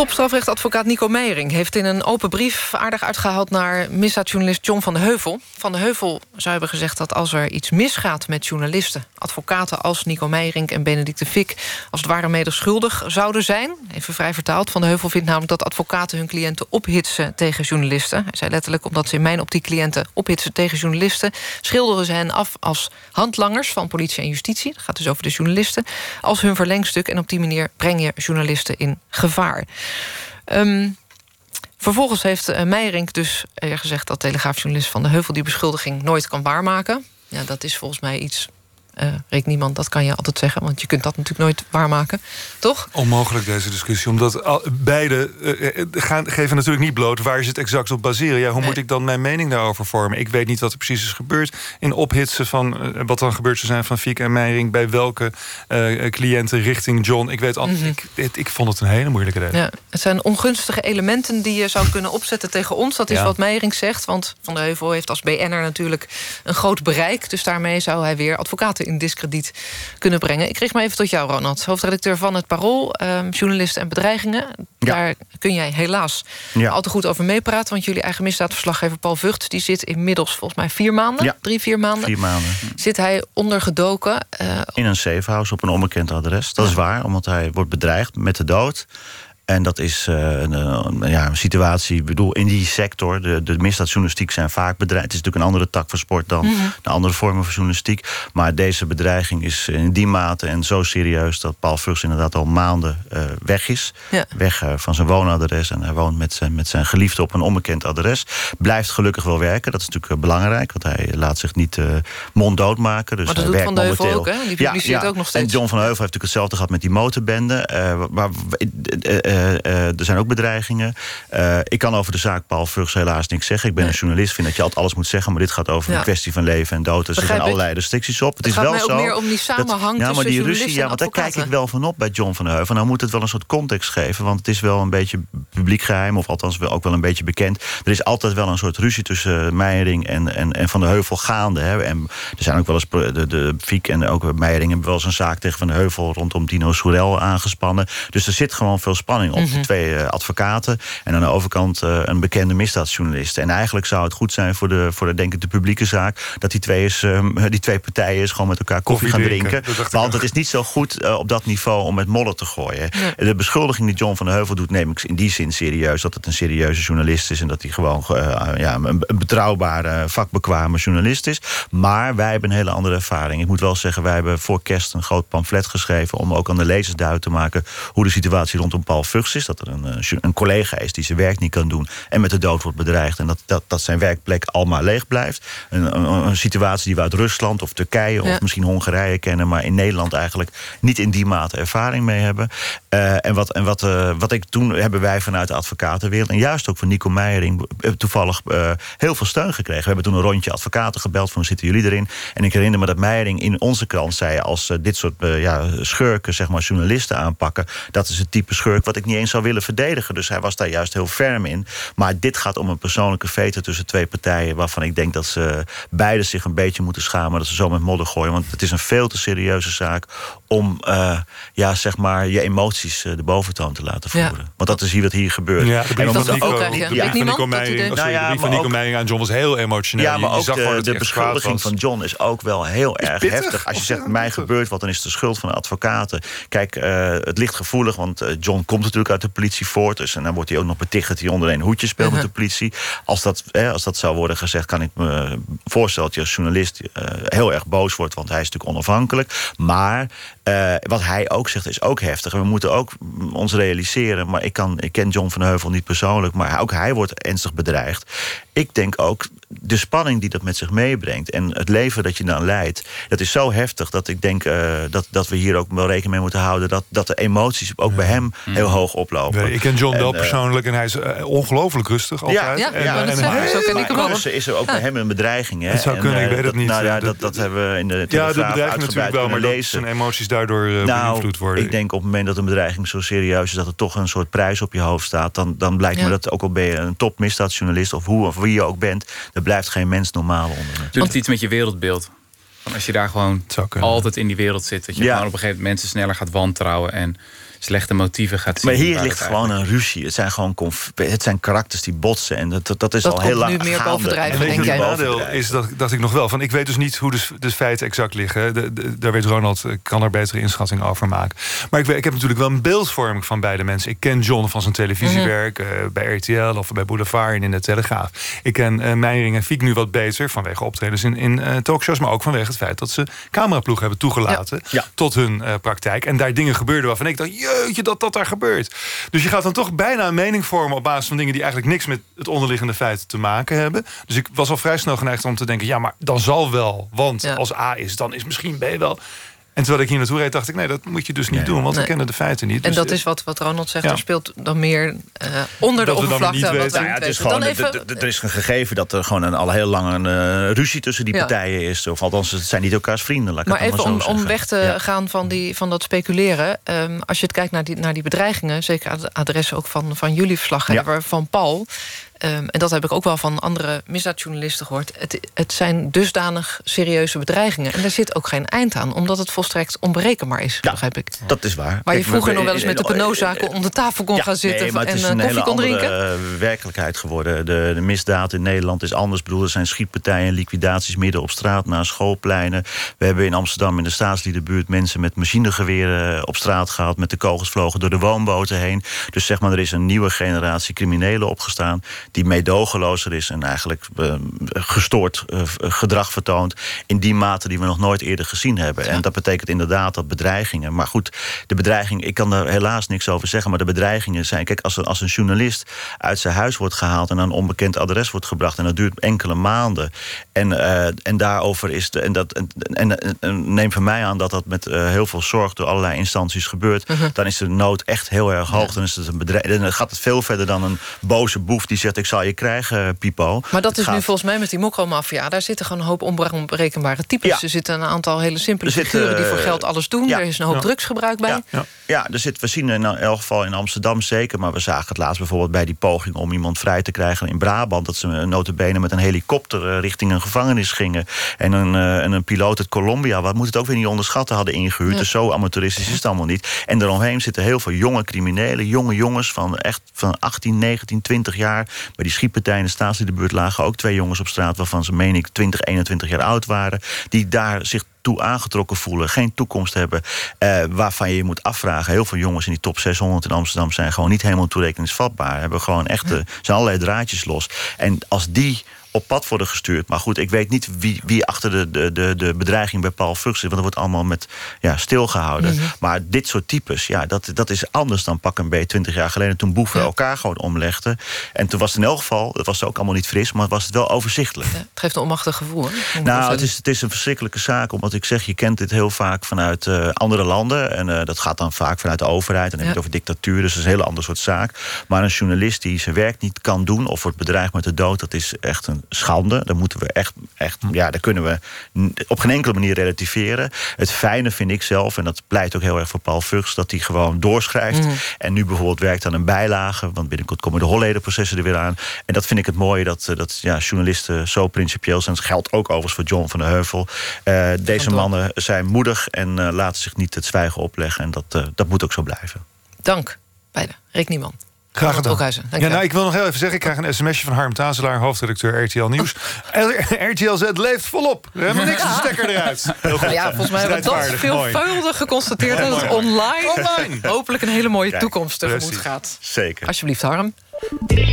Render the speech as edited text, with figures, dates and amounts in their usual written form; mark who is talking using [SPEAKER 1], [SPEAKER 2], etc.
[SPEAKER 1] Topstrafrechtadvocaat Nico Meijering heeft in een open brief aardig uitgehaald naar misdaadjournalist John van de Heuvel. Van de Heuvel zou hebben gezegd dat als er iets misgaat met journalisten, advocaten als Nico Meijering en Benedicte Fick als het ware medeschuldig zouden zijn. Even vrij vertaald. Van de Heuvel vindt namelijk dat advocaten hun cliënten ophitsen tegen journalisten. Hij zei letterlijk, omdat ze in mijn optiek cliënten ophitsen tegen journalisten, schilderen ze hen af als handlangers van politie en justitie. Dat gaat dus over de journalisten. Als hun verlengstuk en op die manier breng je journalisten in gevaar. Vervolgens heeft Meijering dus gezegd dat Telegraafjournalist Van de Heuvel die beschuldiging nooit kan waarmaken. Ja, dat is volgens mij iets, Rick Niemand, dat kan je altijd zeggen, want je kunt dat natuurlijk nooit waarmaken, toch?
[SPEAKER 2] Onmogelijk deze discussie, omdat beide geven natuurlijk niet bloot waar ze het exact op baseren. Ja, hoe moet ik dan mijn mening daarover vormen? Ik weet niet wat er precies is gebeurd in ophitsen van wat dan gebeurd zou zijn van Fick en Meijering bij welke cliënten richting John. Ik weet ik vond het een hele moeilijke reden.
[SPEAKER 1] Ja, het zijn ongunstige elementen die je zou kunnen opzetten tegen ons. Dat is wat Meijering zegt, want Van de Heuvel heeft als BN'er natuurlijk een groot bereik, dus daarmee zou hij weer advocaten in diskrediet kunnen brengen. Ik richt me even tot jou, Ronald. Hoofdredacteur van Het Parool, journalisten en bedreigingen. Ja. Daar kun jij helaas al te goed over meepraten, want jullie eigen misdaadverslaggever Paul Vught, die zit inmiddels volgens mij 4 maanden. Ja. 3-4 maanden.
[SPEAKER 3] 4 maanden.
[SPEAKER 1] Zit hij ondergedoken.
[SPEAKER 3] In een safehouse op een onbekend adres. Dat is waar, omdat hij wordt bedreigd met de dood. En dat is een situatie, ik bedoel, in die sector, de misdaadjournalistiek zijn vaak bedreigd. Het is natuurlijk een andere tak van sport dan de andere vormen van journalistiek. Maar deze bedreiging is in die mate en zo serieus dat Paul Vught inderdaad al maanden weg is. Ja. Weg van zijn woonadres en hij woont met zijn geliefde op een onbekend adres. Blijft gelukkig wel werken, dat is natuurlijk belangrijk, want hij laat zich niet monddood maken. Dus
[SPEAKER 1] maar dat doet Van de Heuvel ook, hè? Die publiceert ook nog steeds.
[SPEAKER 3] En John van de Heuvel heeft natuurlijk hetzelfde gehad met die motorbende. Er zijn ook bedreigingen. Ik kan over de zaak Paul Vught helaas niks zeggen. Ik ben een journalist, vind dat je altijd alles moet zeggen, maar dit gaat over een kwestie van leven en dood. Dus er zijn allerlei restricties op. Het is wel
[SPEAKER 1] mij
[SPEAKER 3] zo.
[SPEAKER 1] Ook meer om die samenhang tussen
[SPEAKER 3] die
[SPEAKER 1] ruzie,
[SPEAKER 3] ja, want daar kijk ik wel van op bij John van de Heuvel. Nou moet het wel een soort context geven, want het is wel een beetje publiek geheim, of althans ook wel een beetje bekend. Er is altijd wel een soort ruzie tussen Meijering en Van de Heuvel gaande. Hè. En er zijn ook wel eens de Fick en ook Meijering hebben wel eens een zaak tegen Van de Heuvel rondom Dino Soerel aangespannen. Dus er zit gewoon veel spanning op. De 2 advocaten en aan de overkant een bekende misdaadjournalist. En eigenlijk zou het goed zijn voor de denk ik de publieke zaak dat die twee partijen eens gewoon met elkaar koffie gaan drinken. Want het is niet zo goed op dat niveau om met modder te gooien. Ja. De beschuldiging die John van de Heuvel doet neem ik in die zin serieus, dat het een serieuze journalist is en dat hij gewoon een betrouwbare, vakbekwame journalist is. Maar wij hebben een hele andere ervaring. Ik moet wel zeggen, wij hebben voor kerst een groot pamflet geschreven om ook aan de lezers duidelijk te maken hoe de situatie rondom Paul Vught is. Dat er een collega is die zijn werk niet kan doen en met de dood wordt bedreigd en dat zijn werkplek almaar leeg blijft. Een situatie die we uit Rusland of Turkije of misschien Hongarije kennen, maar in Nederland eigenlijk niet in die mate ervaring mee hebben. Wat ik toen hebben wij vanuit de advocatenwereld en juist ook van Nico Meijering toevallig heel veel steun gekregen. We hebben toen een rondje advocaten gebeld van zitten jullie erin. En ik herinner me dat Meijering in onze krant zei als dit soort schurken, zeg maar journalisten aanpakken, dat is het type schurk wat ik niet eens zou willen verdedigen. Dus hij was daar juist heel ferm in. Maar dit gaat om een persoonlijke vete tussen 2 partijen waarvan ik denk dat ze beide zich een beetje moeten schamen dat ze zo met modder gooien. Want het is een veel te serieuze zaak om zeg maar je emoties de boventoon te laten voeren. Ja. Want dat is hier wat hier gebeurt.
[SPEAKER 2] Ja, de brief van Nico Meijering aan John was heel emotioneel.
[SPEAKER 3] Ja, maar ook de beschuldiging van John is ook wel heel erg heftig. Als je zegt, mij gebeurt wat, dan is de schuld van de advocaten. Kijk, het ligt gevoelig, want John komt natuurlijk uit de politie voort. Dus, en dan wordt hij ook nog beticht dat hij onder een hoedje speelt met de politie. Als dat zou worden gezegd, kan ik me voorstellen dat je als journalist heel erg boos wordt, want hij is natuurlijk onafhankelijk. Maar wat hij ook zegt is ook heftig. We moeten ook ons realiseren, maar ik ken John van de Heuvel niet persoonlijk, maar ook hij wordt ernstig bedreigd. Ik denk ook, de spanning die dat met zich meebrengt en het leven dat je dan leidt, dat is zo heftig dat ik denk dat we hier ook wel rekening mee moeten houden dat de emoties ook bij hem heel hoog oplopen.
[SPEAKER 2] Nee, ik ken John wel persoonlijk en hij is ongelooflijk rustig altijd.
[SPEAKER 3] Is er ook bij hem een bedreiging. Hè?
[SPEAKER 2] Het zou kunnen, ik weet het niet.
[SPEAKER 3] Dat hebben we in de Telegraaf uitgebreid kunnen lezen.
[SPEAKER 2] Zijn emoties daardoor beïnvloed worden.
[SPEAKER 3] Ik denk op het moment dat een bedreiging zo serieus is dat er toch een soort prijs op je hoofd staat, dan blijkt me dat ook al ben je een topmisdaadjournalist of wie je ook bent, er blijft geen mens normaal onder.
[SPEAKER 4] Doet het iets met je wereldbeeld? Als je daar gewoon altijd in die wereld zit, dat je gewoon op een gegeven moment mensen sneller gaat wantrouwen en slechte motieven gaat zien.
[SPEAKER 3] Maar hier ligt gewoon een ruzie. Het zijn karakters die botsen. En dat is al heel lang gaande.
[SPEAKER 1] Dat komt nu meer bovendrijven,
[SPEAKER 2] En
[SPEAKER 1] denk jij?
[SPEAKER 2] het nadeel is dat ik nog wel van... Ik weet dus niet hoe de feiten exact liggen. Daar weet Ronald, kan er betere inschatting over maken. Maar ik heb natuurlijk wel een beeldvorming van beide mensen. Ik ken John van zijn televisiewerk bij RTL of bij Boulevard en in de Telegraaf. Ik ken Meiring en Fiek nu wat beter vanwege optredens in talkshows, maar ook vanwege het feit dat ze cameraploeg hebben toegelaten tot hun praktijk. En daar dingen gebeurden waarvan ik dacht, jeetje, dat daar gebeurt. Dus je gaat dan toch bijna een mening vormen op basis van dingen die eigenlijk niks met het onderliggende feit te maken hebben. Dus ik was al vrij snel geneigd om te denken, ja, maar dan zal wel. Want als A is, dan is misschien B wel. En terwijl ik hier naartoe reed, dacht ik, nee, dat moet je dus niet doen, want we kennen de feiten niet.
[SPEAKER 1] En
[SPEAKER 2] dus
[SPEAKER 1] dat is wat Ronald zegt, er speelt dan meer onder de oppervlakte.
[SPEAKER 3] Het is gewoon, er is een gegeven dat er gewoon al heel lang een ruzie tussen die partijen is. Of althans, het zijn niet elkaars vrienden.
[SPEAKER 1] Maar even om weg te gaan van dat speculeren. Als je het kijkt naar die bedreigingen, zeker aan het adres ook van jullie verslaggever, van Paul. En dat heb ik ook wel van andere misdaadjournalisten gehoord. Het zijn dusdanig serieuze bedreigingen. En daar zit ook geen eind aan, omdat het volstrekt onberekenbaar is, begrijp ik.
[SPEAKER 3] Dat is waar.
[SPEAKER 1] Waar je vroeger nog wel eens met de Pernod-zaken om de tafel kon gaan zitten en koffie kon drinken. Het is
[SPEAKER 3] een hele werkelijkheid geworden. De misdaad in Nederland is anders. Ik bedoel, er zijn schietpartijen, liquidaties midden op straat, naar schoolpleinen. We hebben in Amsterdam in de Staatsliedenbuurt mensen met machinegeweren op straat gehad. Met de kogels vlogen door de woonboten heen. Dus zeg maar, er is een nieuwe generatie criminelen opgestaan die meedogenlozer is en eigenlijk gestoord gedrag vertoont in die mate die we nog nooit eerder gezien hebben. En dat betekent inderdaad dat bedreigingen. Maar goed, de bedreiging, ik kan daar helaas niks over zeggen, maar de bedreigingen zijn, kijk, als een journalist uit zijn huis wordt gehaald en naar een onbekend adres wordt gebracht en dat duurt enkele maanden en daarover is neem van mij aan dat met heel veel zorg door allerlei instanties gebeurt, dan is de nood echt heel erg hoog. Dan is het dan gaat het veel verder dan een boze boef die zegt, ik zal je krijgen, Pipo.
[SPEAKER 1] Maar dat is nu volgens mij met die mokromafia. Daar zitten gewoon een hoop onberekenbare types. Ja. Er zitten een aantal hele simpele figuren die voor geld alles doen. Er is een hoop drugsgebruik bij.
[SPEAKER 3] We zien in elk geval in Amsterdam zeker, maar we zagen het laatst bijvoorbeeld bij die poging om iemand vrij te krijgen in Brabant, dat ze nota bene met een helikopter richting een gevangenis gingen. En een piloot uit Colombia, wat moet het ook weer niet onderschatten, hadden ingehuurd. Dus zo amateuristisch is het allemaal niet. En daaromheen zitten heel veel jonge criminelen, jonge jongens van 18, 19, 20 jaar. Bij die schietpartij in de Staatsliedenbuurt lagen ook 2 jongens op straat, waarvan ze, meen ik, 20, 21 jaar oud waren, die daar zich toe aangetrokken voelen, geen toekomst hebben, waarvan je moet afvragen. Heel veel jongens in die top 600 in Amsterdam zijn gewoon niet helemaal toerekeningsvatbaar. Hebben gewoon echt, zijn allerlei draadjes los. En als die op pad worden gestuurd. Maar goed, ik weet niet wie achter de bedreiging bij Paul Vugts zit, want er wordt allemaal met stilgehouden. Maar dit soort types, dat is anders dan pak een beetje 20 jaar geleden, toen boeven elkaar gewoon omlegden. En toen was het in elk geval, dat was ook allemaal niet fris, maar was het wel overzichtelijk. Ja,
[SPEAKER 1] het geeft een onmachtig gevoel. Hè?
[SPEAKER 3] Nou, het is een verschrikkelijke zaak, omdat ik zeg, je kent dit heel vaak vanuit andere landen. En dat gaat dan vaak vanuit de overheid. Dan heb je het over dictatuur, dus dat is een hele ander soort zaak. Maar een journalist die zijn werk niet kan doen of wordt bedreigd met de dood, dat is echt een schande. Daar moeten we echt daar kunnen we op geen enkele manier relativeren. Het fijne vind ik zelf, en dat pleit ook heel erg voor Paul Vugts, dat hij gewoon doorschrijft. En nu bijvoorbeeld werkt aan een bijlage, want binnenkort komen de Holleder-processen er weer aan. En dat vind ik het mooie, dat journalisten zo principieel zijn. Dat geldt ook overigens voor John van de Heuvel. Deze mannen zijn moedig en laten zich niet het zwijgen opleggen. En dat moet ook zo blijven.
[SPEAKER 1] Dank, beide. Rick Nieman.
[SPEAKER 2] Graag gedaan.
[SPEAKER 1] Ik
[SPEAKER 2] wil nog heel even zeggen, ik krijg een sms'je van Harm Tazelaar, hoofdredacteur RTL Nieuws. RTL Z leeft volop. We hebben niks de stekker eruit.
[SPEAKER 1] Volgens mij hebben we dat veelvuldig geconstateerd dat het online hopelijk een hele mooie toekomst tegemoet gaat.
[SPEAKER 3] Zeker.
[SPEAKER 1] Alsjeblieft, Harm.